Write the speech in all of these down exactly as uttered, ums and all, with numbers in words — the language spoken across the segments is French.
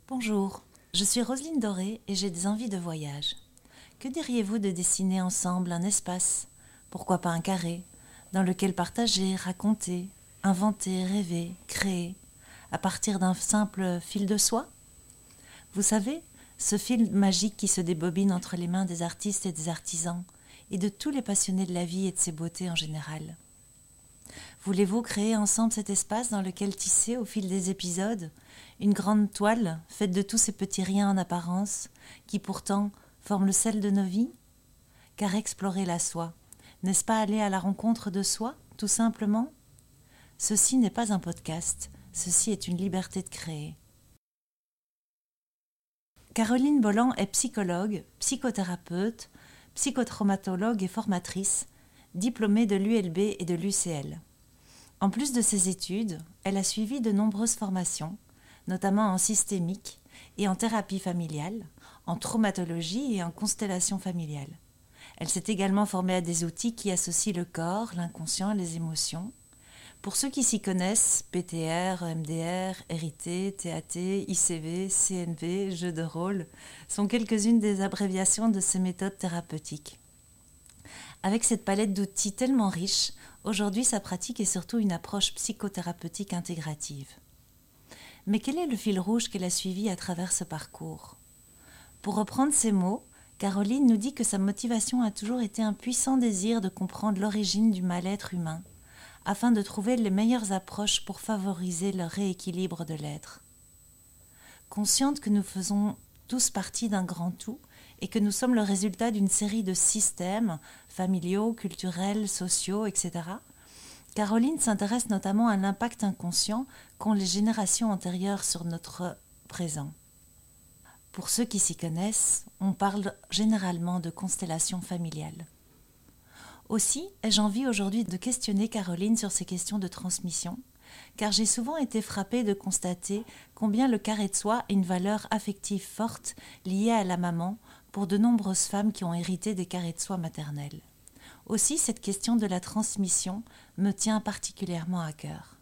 Bonjour, je suis Roselyne Doré et j'ai des envies de voyage. Que diriez-vous de dessiner ensemble un espace, pourquoi pas un carré, dans lequel partager, raconter, inventer, rêver, créer, à partir d'un simple fil de soie ? Vous savez, ce fil magique qui se débobine entre les mains des artistes et des artisans, et de tous les passionnés de la vie et de ses beautés en général. Voulez-vous créer ensemble cet espace dans lequel tisser, au fil des épisodes, une grande toile faite de tous ces petits riens en apparence, qui pourtant forment le sel de nos vies ? Car explorer la soi, n'est-ce pas aller à la rencontre de soi, tout simplement ? Ceci n'est pas un podcast, ceci est une liberté de créer. Caroline Bolland est psychologue, psychothérapeute, psychotraumatologue et formatrice, diplômée de l'U L B et de l'U C L. En plus de ses études, elle a suivi de nombreuses formations, notamment en systémique et en thérapie familiale, en traumatologie et en constellation familiale. Elle s'est également formée à des outils qui associent le corps, l'inconscient et les émotions. Pour ceux qui s'y connaissent, P T R, E M D R, R I T, T A T, I C V, C N V, jeux de rôle, sont quelques-unes des abréviations de ces méthodes thérapeutiques. Avec cette palette d'outils tellement riche, aujourd'hui sa pratique est surtout une approche psychothérapeutique intégrative. Mais quel est le fil rouge qu'elle a suivi à travers ce parcours ? Pour reprendre ses mots, Caroline nous dit que sa motivation a toujours été un puissant désir de comprendre l'origine du mal-être humain, afin de trouver les meilleures approches pour favoriser le rééquilibre de l'être. Consciente que nous faisons tous partie d'un grand tout et que nous sommes le résultat d'une série de systèmes familiaux, culturels, sociaux, et cetera, Caroline s'intéresse notamment à l'impact inconscient qu'ont les générations antérieures sur notre présent. Pour ceux qui s'y connaissent, on parle généralement de constellation familiale. Aussi, ai-je envie aujourd'hui de questionner Caroline sur ces questions de transmission, car j'ai souvent été frappée de constater combien le carré de soie a une valeur affective forte liée à la maman pour de nombreuses femmes qui ont hérité des carrés de soie maternels. Aussi, cette question de la transmission me tient particulièrement à cœur.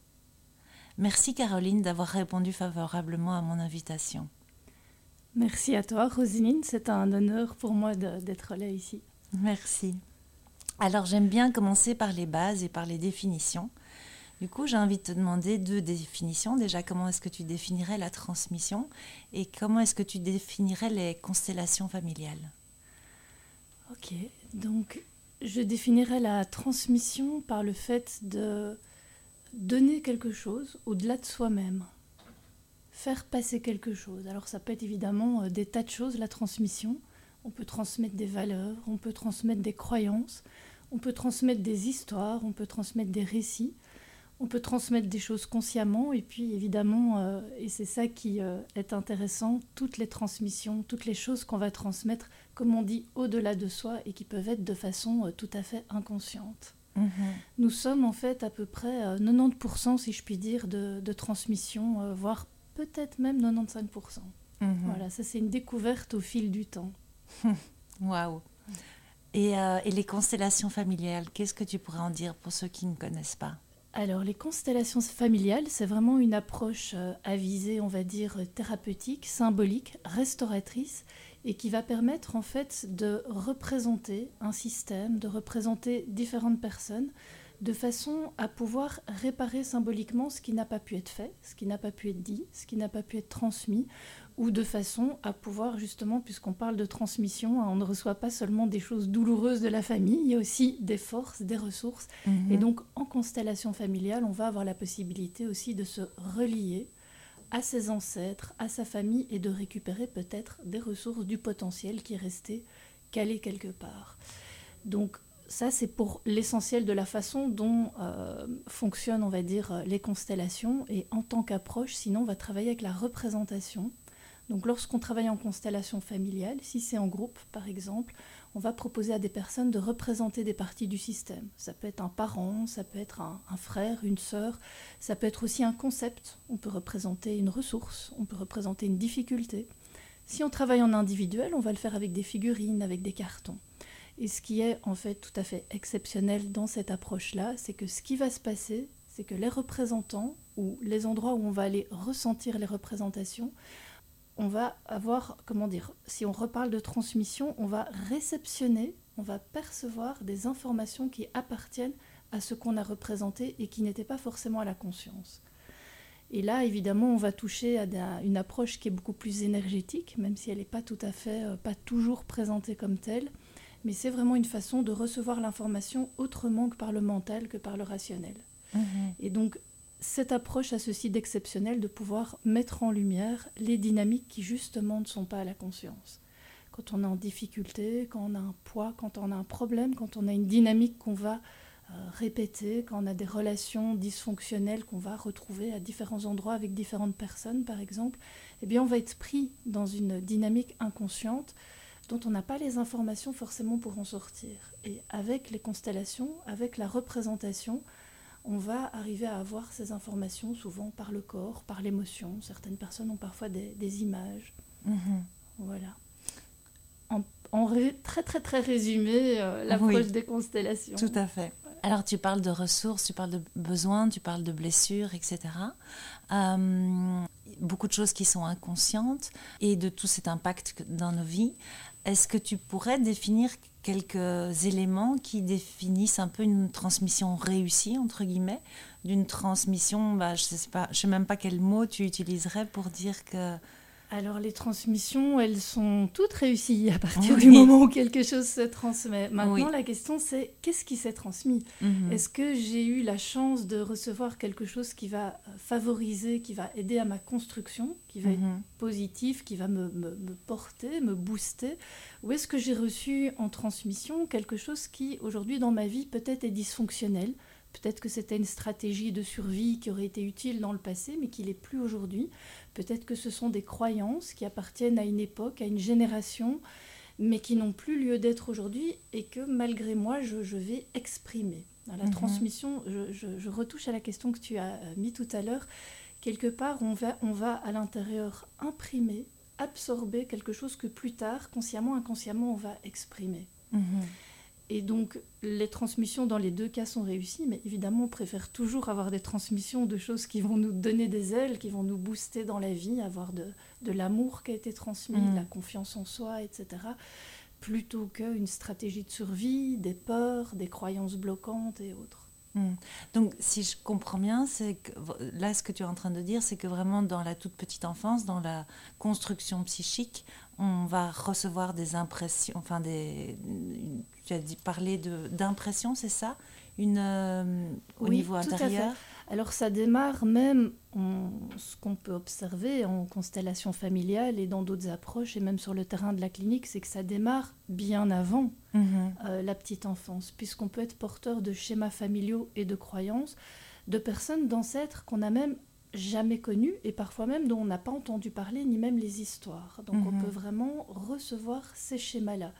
Merci Caroline d'avoir répondu favorablement à mon invitation. Merci à toi Roselyne, c'est un honneur pour moi de, d'être là ici. Merci. Alors j'aime bien commencer par les bases et par les définitions. Du coup, j'ai envie de te demander deux définitions. Déjà, comment est-ce que tu définirais la transmission et comment est-ce que tu définirais les constellations familiales ? Ok, donc je définirais la transmission par le fait de donner quelque chose au-delà de soi-même. Faire passer quelque chose. Alors ça peut être évidemment des tas de choses, la transmission. On peut transmettre des valeurs, on peut transmettre des croyances, on peut transmettre des histoires, on peut transmettre des récits, on peut transmettre des choses consciemment. Et puis évidemment, euh, et c'est ça qui euh, est intéressant, toutes les transmissions, toutes les choses qu'on va transmettre, comme on dit, au-delà de soi et qui peuvent être de façon euh, tout à fait inconsciente. Mmh. Nous sommes en fait à peu près euh, quatre-vingt-dix pour cent, si je puis dire, de, de transmission, euh, voire peut-être même quatre-vingt-quinze pour cent. Mmh. Voilà, ça c'est une découverte au fil du temps. Waouh. Et, euh, et les constellations familiales, qu'est-ce que tu pourrais en dire pour ceux qui ne connaissent pas ? Alors, les constellations familiales, c'est vraiment une approche euh, à visée, on va dire, thérapeutique, symbolique, restauratrice, et qui va permettre en fait de représenter un système, de représenter différentes personnes, de façon à pouvoir réparer symboliquement ce qui n'a pas pu être fait, ce qui n'a pas pu être dit, ce qui n'a pas pu être transmis, ou de façon à pouvoir justement, puisqu'on parle de transmission, on ne reçoit pas seulement des choses douloureuses de la famille, il y a aussi des forces, des ressources. Mmh. Et donc en constellation familiale, on va avoir la possibilité aussi de se relier à ses ancêtres, à sa famille, et de récupérer peut-être des ressources du potentiel qui est resté calé quelque part. Donc ça, c'est pour l'essentiel de la façon dont euh, fonctionnent, on va dire, les constellations. Et en tant qu'approche, sinon, on va travailler avec la représentation. Donc lorsqu'on travaille en constellation familiale, si c'est en groupe par exemple, on va proposer à des personnes de représenter des parties du système. Ça peut être un parent, ça peut être un, un frère, une sœur, ça peut être aussi un concept. On peut représenter une ressource, on peut représenter une difficulté. Si on travaille en individuel, on va le faire avec des figurines, avec des cartons. Et ce qui est en fait tout à fait exceptionnel dans cette approche-là, c'est que ce qui va se passer, c'est que les représentants ou les endroits où on va aller ressentir les représentations, on va avoir, comment dire, si on reparle de transmission, on va réceptionner, on va percevoir des informations qui appartiennent à ce qu'on a représenté et qui n'étaient pas forcément à la conscience. Et là, évidemment, on va toucher à une approche qui est beaucoup plus énergétique, même si elle n'est pas tout à fait, euh, pas toujours présentée comme telle. Mais c'est vraiment une façon de recevoir l'information autrement que par le mental, que par le rationnel. Mmh. Et donc, cette approche a ceci d'exceptionnel de pouvoir mettre en lumière les dynamiques qui, justement, ne sont pas à la conscience. Quand on est en difficulté, quand on a un poids, quand on a un problème, quand on a une dynamique qu'on va répéter, quand on a des relations dysfonctionnelles qu'on va retrouver à différents endroits avec différentes personnes, par exemple, eh bien, on va être pris dans une dynamique inconsciente dont on n'a pas les informations forcément pour en sortir. Et avec les constellations, avec la représentation, on va arriver à avoir ces informations souvent par le corps, par l'émotion. Certaines personnes ont parfois des, des images. Mmh. Voilà. En, en ré, très très très résumé, euh, l'approche oui, des constellations. Tout à fait. Alors, tu parles de ressources, tu parles de besoins, tu parles de blessures, et cetera. Euh, beaucoup de choses qui sont inconscientes et de tout cet impact dans nos vies. Est-ce que tu pourrais définir quelques éléments qui définissent un peu une transmission réussie, entre guillemets, d'une transmission, bah, je ne sais pas, je sais même pas quel mot tu utiliserais pour dire que... Alors, les transmissions, elles sont toutes réussies à partir oui. du moment où quelque chose se transmet. Maintenant, oui. la question, c'est qu'est-ce qui s'est transmis ? mm-hmm. Est-ce que j'ai eu la chance de recevoir quelque chose qui va favoriser, qui va aider à ma construction, qui va mm-hmm. être positif, qui va me, me, me porter, me booster ? Ou est-ce que j'ai reçu en transmission quelque chose qui, aujourd'hui, dans ma vie, peut-être est dysfonctionnel ? Peut-être que c'était une stratégie de survie qui aurait été utile dans le passé, mais qui ne l'est plus aujourd'hui. Peut-être que ce sont des croyances qui appartiennent à une époque, à une génération, mais qui n'ont plus lieu d'être aujourd'hui et que malgré moi, je, je vais exprimer. Dans la mmh. transmission, je, je, je retouche à la question que tu as mise tout à l'heure. Quelque part, on va, on va à l'intérieur imprimer, absorber quelque chose que plus tard, consciemment, inconsciemment, on va exprimer. Mmh. Et donc, les transmissions dans les deux cas sont réussies, mais évidemment, on préfère toujours avoir des transmissions de choses qui vont nous donner des ailes, qui vont nous booster dans la vie, avoir de, de l'amour qui a été transmis, mmh. de la confiance en soi, et cetera, plutôt qu'une stratégie de survie, des peurs, des croyances bloquantes et autres. Mmh. Donc, si je comprends bien, c'est que, là, ce que tu es en train de dire, c'est que vraiment, dans la toute petite enfance, dans la construction psychique, on va recevoir des impressions, enfin, des... Tu as dit parler de, d'impression, c'est ça Une, euh, au oui, niveau tout intérieur. À fait. Alors ça démarre même, en, ce qu'on peut observer en constellation familiale et dans d'autres approches, et même sur le terrain de la clinique, c'est que ça démarre bien avant mmh. euh, la petite enfance, puisqu'on peut être porteur de schémas familiaux et de croyances, de personnes, d'ancêtres qu'on n'a même jamais connus, et parfois même dont on n'a pas entendu parler, ni même les histoires. Donc mmh. on peut vraiment recevoir ces schémas-là.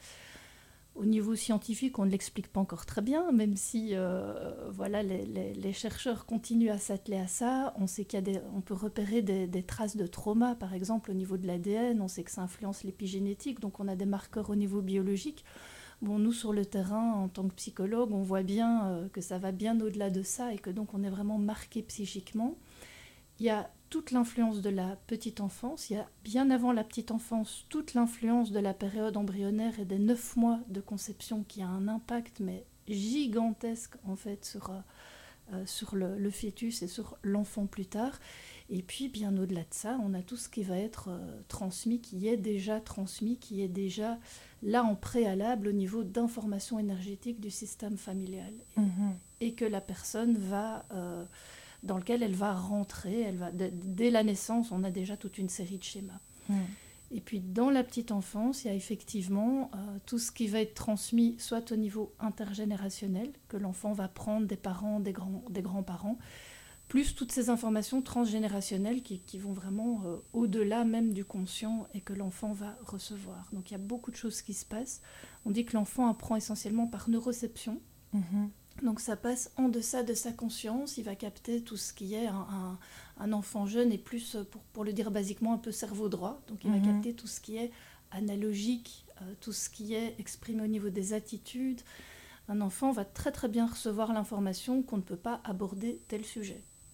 Au niveau scientifique, on ne l'explique pas encore très bien, même si euh, voilà, les, les, les chercheurs continuent à s'atteler à ça. On sait qu'il y a des, on peut repérer des, des traces de trauma, par exemple, au niveau de l'A D N. On sait que ça influence l'épigénétique, donc on a des marqueurs au niveau biologique. Bon, nous, sur le terrain, en tant que psychologue, on voit bien euh, que ça va bien au-delà de ça et que donc on est vraiment marqué psychiquement. Il y a toute l'influence de la petite enfance, il y a bien avant la petite enfance toute l'influence de la période embryonnaire et des neuf mois de conception qui a un impact mais gigantesque en fait sur, euh, sur le, le fœtus et sur l'enfant plus tard. Et puis bien au-delà de ça, on a tout ce qui va être euh, transmis, qui est déjà transmis, qui est déjà là en préalable au niveau d'information énergétique du système familial. Mmh. Et, et que la personne va... Euh, dans lequel elle va rentrer. Elle va, d- dès la naissance, on a déjà toute une série de schémas. Mmh. Et puis, dans la petite enfance, il y a effectivement euh, tout ce qui va être transmis, soit au niveau intergénérationnel, que l'enfant va prendre des parents, des, grands, des grands-parents, plus toutes ces informations transgénérationnelles qui, qui vont vraiment euh, au-delà même du conscient et que l'enfant va recevoir. Donc, il y a beaucoup de choses qui se passent. On dit que l'enfant apprend essentiellement par neuroception. Mmh. Donc ça passe en deçà de sa conscience, il va capter tout ce qui est un, un, un enfant jeune et plus, pour, pour le dire basiquement, un peu cerveau droit. Donc il mmh. va capter tout ce qui est analogique, euh, tout ce qui est exprimé au niveau des attitudes. Un enfant va très très bien recevoir l'information qu'on ne peut pas aborder tel sujet.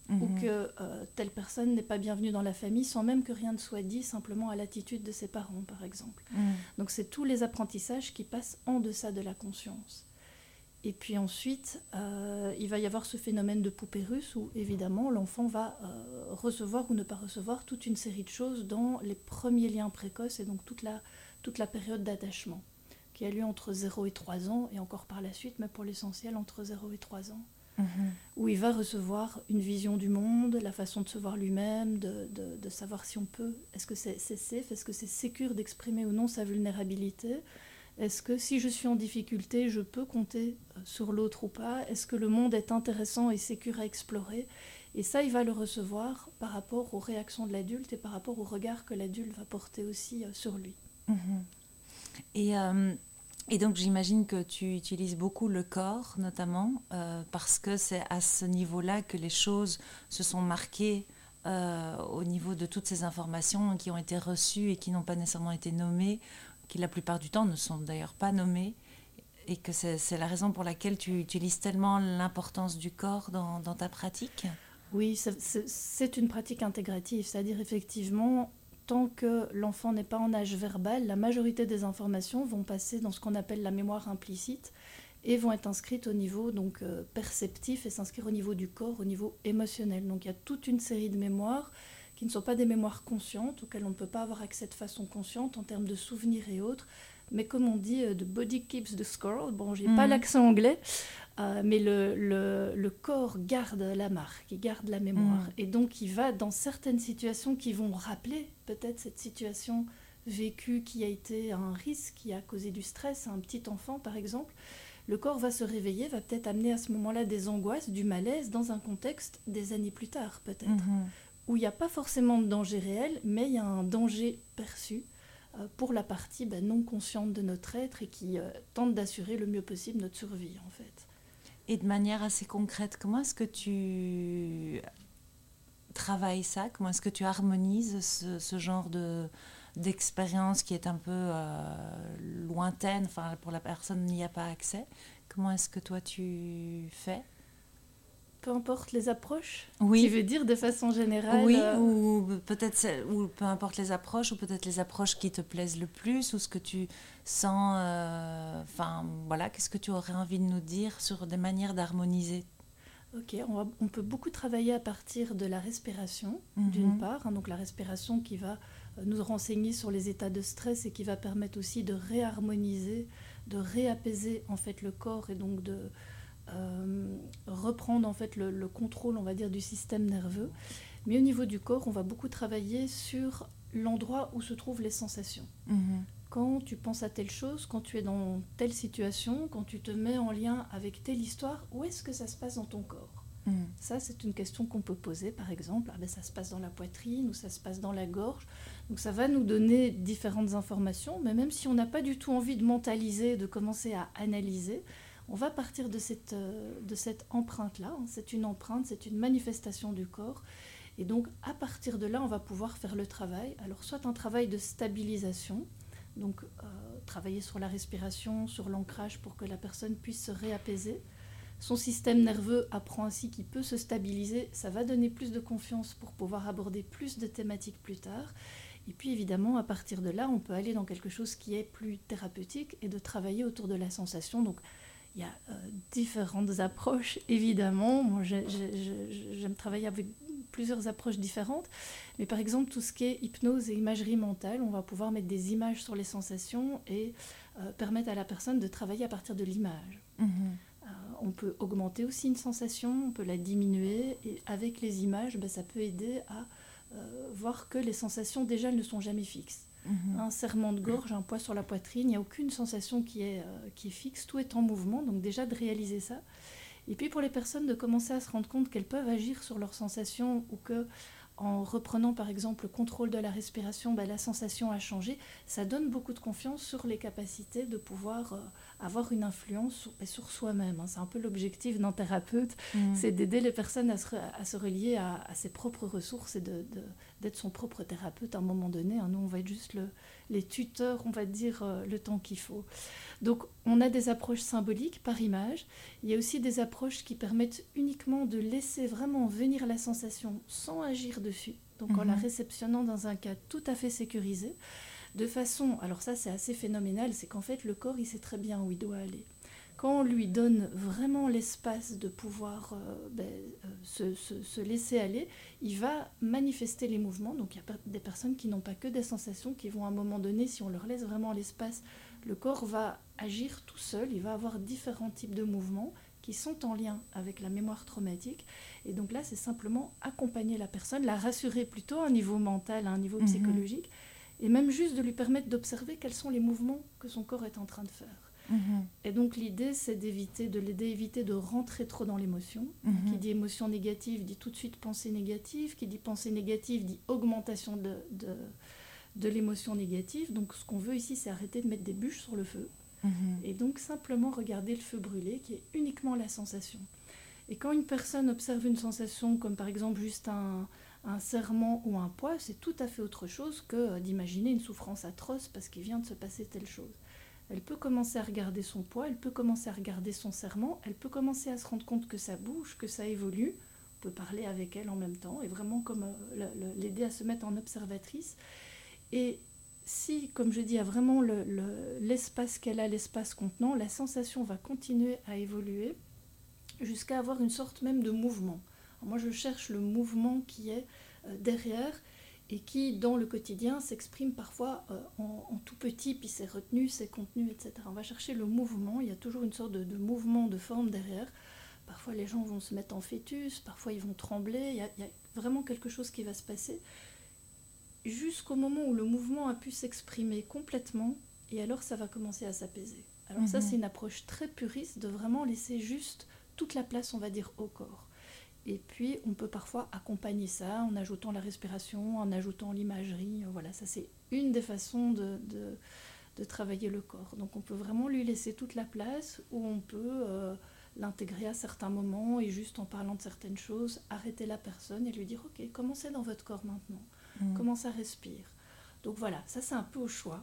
mmh. ou que euh, telle personne n'est pas bienvenue dans la famille sans même que rien ne soit dit, simplement à l'attitude de ses parents, par exemple. Mmh. Donc c'est tous les apprentissages qui passent en deçà de la conscience. Et puis ensuite, euh, il va y avoir ce phénomène de poupée russe où, évidemment, l'enfant va euh, recevoir ou ne pas recevoir toute une série de choses dans les premiers liens précoces et donc toute la, toute la période d'attachement, qui a lieu entre zéro et trois ans, et encore par la suite, mais pour l'essentiel, entre zéro et trois ans, mmh. où il va recevoir une vision du monde, la façon de se voir lui-même, de, de, de savoir si on peut, est-ce que c'est, c'est safe, est-ce que c'est sécure d'exprimer ou non sa vulnérabilité. Est-ce que si je suis en difficulté, je peux compter sur l'autre ou pas? Est-ce que le monde est intéressant et sécure à explorer? Et ça, il va le recevoir par rapport aux réactions de l'adulte et par rapport au regard que l'adulte va porter aussi sur lui. Mmh. Et, euh, et donc, j'imagine que tu utilises beaucoup le corps, notamment, euh, parce que c'est à ce niveau-là que les choses se sont marquées euh, au niveau de toutes ces informations qui ont été reçues et qui n'ont pas nécessairement été nommées, qui la plupart du temps ne sont d'ailleurs pas nommés, et que c'est, c'est la raison pour laquelle tu utilises tellement l'importance du corps dans, dans ta pratique. Oui, c'est, c'est, c'est une pratique intégrative, c'est-à-dire effectivement, tant que l'enfant n'est pas en âge verbal, la majorité des informations vont passer dans ce qu'on appelle la mémoire implicite et vont être inscrites au niveau donc, euh, perceptif et s'inscrire au niveau du corps, au niveau émotionnel. Donc il y a toute une série de mémoires qui ne sont pas des mémoires conscientes, auxquelles on ne peut pas avoir accès de façon consciente en termes de souvenirs et autres. Mais comme on dit, uh, the body keeps the score. Bon, j'ai mmh. pas l'accent anglais, euh, mais le, le, le corps garde la marque, il garde la mémoire. Mmh. Et donc, il va dans certaines situations qui vont rappeler peut-être cette situation vécue qui a été un risque, qui a causé du stress à un petit enfant, par exemple. Le corps va se réveiller, va peut-être amener à ce moment-là des angoisses, du malaise, dans un contexte des années plus tard, peut-être. Mmh. Où il n'y a pas forcément de danger réel, mais il y a un danger perçu euh, pour la partie ben, non consciente de notre être et qui euh, tente d'assurer le mieux possible notre survie, en fait. Et de manière assez concrète, comment est-ce que tu travailles ça? Comment est-ce que tu harmonises ce, ce genre de, d'expérience qui est un peu euh, lointaine, enfin, pour la personne n'y a pas accès? Comment est-ce que toi tu fais? Peu importe les approches, oui. Tu veux dire de façon générale? Oui, euh... ou peut-être, ou peu importe les approches, ou peut-être les approches qui te plaisent le plus, ou ce que tu sens, enfin, euh, voilà, qu'est-ce que tu aurais envie de nous dire sur des manières d'harmoniser? Ok, on, va, on peut beaucoup travailler à partir de la respiration, mm-hmm. d'une part, hein, donc la respiration qui va nous renseigner sur les états de stress et qui va permettre aussi de réharmoniser, de réapaiser en fait le corps et donc de Euh, reprendre en fait le, le contrôle, on va dire, du système nerveux. Mais au niveau du corps, on va beaucoup travailler sur l'endroit où se trouvent les sensations. Mmh. Quand tu penses à telle chose, quand tu es dans telle situation, quand tu te mets en lien avec telle histoire, où est-ce que ça se passe dans ton corps? Mmh. Ça, c'est une question qu'on peut poser, par exemple. Ah ben, ça se passe dans la poitrine ou ça se passe dans la gorge. Donc ça va nous donner différentes informations, mais même si on n'a pas du tout envie de mentaliser, de commencer à analyser, on va partir de cette, de cette empreinte-là. C'est une empreinte, c'est une manifestation du corps. Et donc, à partir de là, on va pouvoir faire le travail. Alors, soit un travail de stabilisation, donc euh, travailler sur la respiration, sur l'ancrage pour que la personne puisse se réapaiser. Son système nerveux apprend ainsi qu'il peut se stabiliser. Ça va donner plus de confiance pour pouvoir aborder plus de thématiques plus tard. Et puis, évidemment, à partir de là, on peut aller dans quelque chose qui est plus thérapeutique et de travailler autour de la sensation. Donc, il y a euh, différentes approches, évidemment. Moi, je, je, je, j'aime travailler avec plusieurs approches différentes. Mais par exemple, tout ce qui est hypnose et imagerie mentale, on va pouvoir mettre des images sur les sensations et euh, permettre à la personne de travailler à partir de l'image. Mmh. Euh, on peut augmenter aussi une sensation, on peut la diminuer. Et avec les images, ben, ça peut aider à euh, voir que les sensations, déjà, elles ne sont jamais fixes. Mmh. Un serrement de gorge, un poids sur la poitrine, il n'y a aucune sensation qui est, euh, qui est fixe, tout est en mouvement, donc déjà de réaliser ça. Et puis pour les personnes, de commencer à se rendre compte qu'elles peuvent agir sur leurs sensations ou qu'en reprenant par exemple le contrôle de la respiration, bah, la sensation a changé, ça donne beaucoup de confiance sur les capacités de pouvoir euh, avoir une influence sur, bah, sur soi-même. Hein. C'est un peu l'objectif d'un thérapeute, mmh. c'est d'aider les personnes à se, à se relier à, à ses propres ressources et de, de, d'être son propre thérapeute à un moment donné. Hein. Nous, on va être juste le, les tuteurs, on va dire, euh, le temps qu'il faut. Donc, on a des approches symboliques par image. Il y a aussi des approches qui permettent uniquement de laisser vraiment venir la sensation sans agir dessus. Donc, mm-hmm. en la réceptionnant dans un cadre tout à fait sécurisé. De façon, alors ça c'est assez phénoménal, c'est qu'en fait le corps il sait très bien où il doit aller. Quand on lui donne vraiment l'espace de pouvoir euh, ben, euh, se, se, se laisser aller, il va manifester les mouvements. Donc il y a des personnes qui n'ont pas que des sensations, qui vont à un moment donné, si on leur laisse vraiment l'espace, le corps va agir tout seul, il va avoir différents types de mouvements qui sont en lien avec la mémoire traumatique. Et donc là c'est simplement accompagner la personne, la rassurer plutôt à un niveau mental, à un niveau mmh. psychologique, et même juste de lui permettre d'observer quels sont les mouvements que son corps est en train de faire. Mmh. Et donc l'idée, c'est d'éviter, de l'aider à éviter de rentrer trop dans l'émotion. Mmh. Qui dit émotion négative dit tout de suite pensée négative. Qui dit pensée négative dit augmentation de, de, de l'émotion négative. Donc ce qu'on veut ici, c'est arrêter de mettre des bûches sur le feu. Mmh. Et donc simplement regarder le feu brûler, qui est uniquement la sensation. Et quand une personne observe une sensation, comme par exemple juste un... un serrement ou un poids, c'est tout à fait autre chose que d'imaginer une souffrance atroce parce qu'il vient de se passer telle chose. Elle peut commencer à regarder son poids, elle peut commencer à regarder son serrement, elle peut commencer à se rendre compte que ça bouge, que ça évolue. On peut parler avec elle en même temps et vraiment comme euh, l'aider à se mettre en observatrice. Et si, comme je dis, il y a vraiment le, le, l'espace qu'elle a, l'espace contenant, la sensation va continuer à évoluer jusqu'à avoir une sorte même de mouvement. Alors moi, je cherche le mouvement qui est euh, derrière et qui, dans le quotidien, s'exprime parfois euh, en, en tout petit, puis c'est retenu, c'est contenu, et cetera. On va chercher le mouvement, il y a toujours une sorte de, de mouvement, de forme derrière. Parfois, les gens vont se mettre en fœtus, parfois, ils vont trembler, il y a, il y a vraiment quelque chose qui va se passer jusqu'au moment où le mouvement a pu s'exprimer complètement, et alors ça va commencer à s'apaiser. Alors mmh. ça, c'est une approche très puriste de vraiment laisser juste toute la place, on va dire, au corps. Et puis, on peut parfois accompagner ça en ajoutant la respiration, en ajoutant l'imagerie. Voilà, ça, c'est une des façons de, de, de travailler le corps. Donc, on peut vraiment lui laisser toute la place ou on peut euh, l'intégrer à certains moments et juste en parlant de certaines choses, arrêter la personne et lui dire « Ok, comment c'est dans votre corps maintenant ? Mmh. Comment ça respire ?» Donc, voilà, ça, c'est un peu au choix.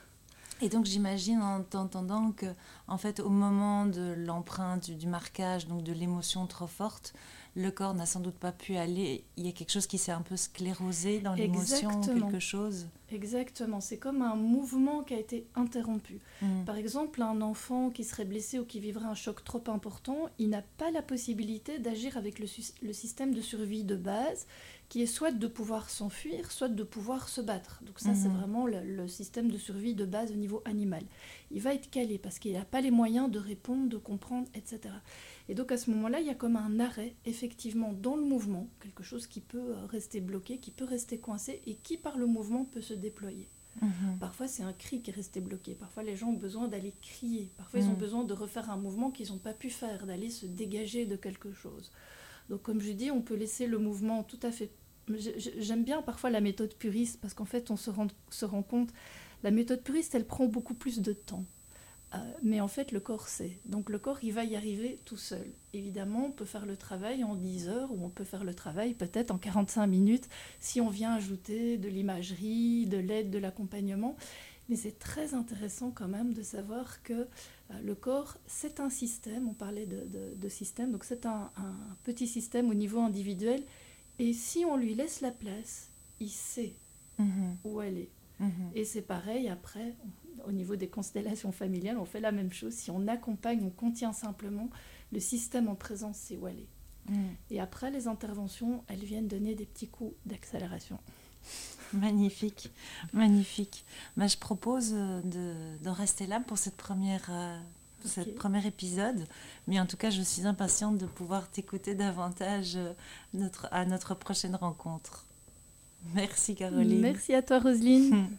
Et donc j'imagine en t'entendant que, en fait, au moment de l'empreinte, du, du marquage, donc de l'émotion trop forte, le corps n'a sans doute pas pu aller. Il y a quelque chose qui s'est un peu sclérosé dans l'émotion, Exactement. quelque chose. Exactement, c'est comme un mouvement qui a été interrompu. Mmh. Par exemple, un enfant qui serait blessé ou qui vivrait un choc trop important, il n'a pas la possibilité d'agir avec le, le système de survie de base, qui est soit de pouvoir s'enfuir, soit de pouvoir se battre. Donc ça, mmh. c'est vraiment le, le système de survie de base au niveau animal. Il va être calé parce qu'il n'a pas les moyens de répondre, de comprendre, et cetera. Et donc à ce moment-là, il y a comme un arrêt, effectivement, dans le mouvement, quelque chose qui peut rester bloqué, qui peut rester coincé et qui, par le mouvement, peut se déployer. Mmh. Parfois, c'est un cri qui est resté bloqué. Parfois, les gens ont besoin d'aller crier. Parfois, mmh. ils ont besoin de refaire un mouvement qu'ils n'ont pas pu faire, d'aller se dégager de quelque chose. Donc, comme je dis, on peut laisser le mouvement tout à fait... J'aime bien parfois la méthode puriste parce qu'en fait, on se rend, se rend compte... La méthode puriste, elle prend beaucoup plus de temps. Euh, mais en fait, le corps sait. Donc, le corps, il va y arriver tout seul. Évidemment, on peut faire le travail en dix heures ou on peut faire le travail peut-être en quarante-cinq minutes si on vient ajouter de l'imagerie, de l'aide, de l'accompagnement. Mais c'est très intéressant quand même de savoir que euh, le corps, c'est un système. On parlait de, de, de système. Donc, c'est un, un petit système au niveau individuel. Et si on lui laisse la place, il sait mmh. où elle est. Mmh. Et c'est pareil après... Au niveau des constellations familiales, on fait la même chose. Si on accompagne, on contient simplement, le système en présence, c'est où elle est. Mmh. Et après, les interventions, elles viennent donner des petits coups d'accélération. Magnifique, magnifique. Ben, je propose de, de rester là pour cette première, euh, pour okay. cette premier épisode. Mais en tout cas, je suis impatiente de pouvoir t'écouter davantage notre, à notre prochaine rencontre. Merci Caroline. Merci à toi Roselyne.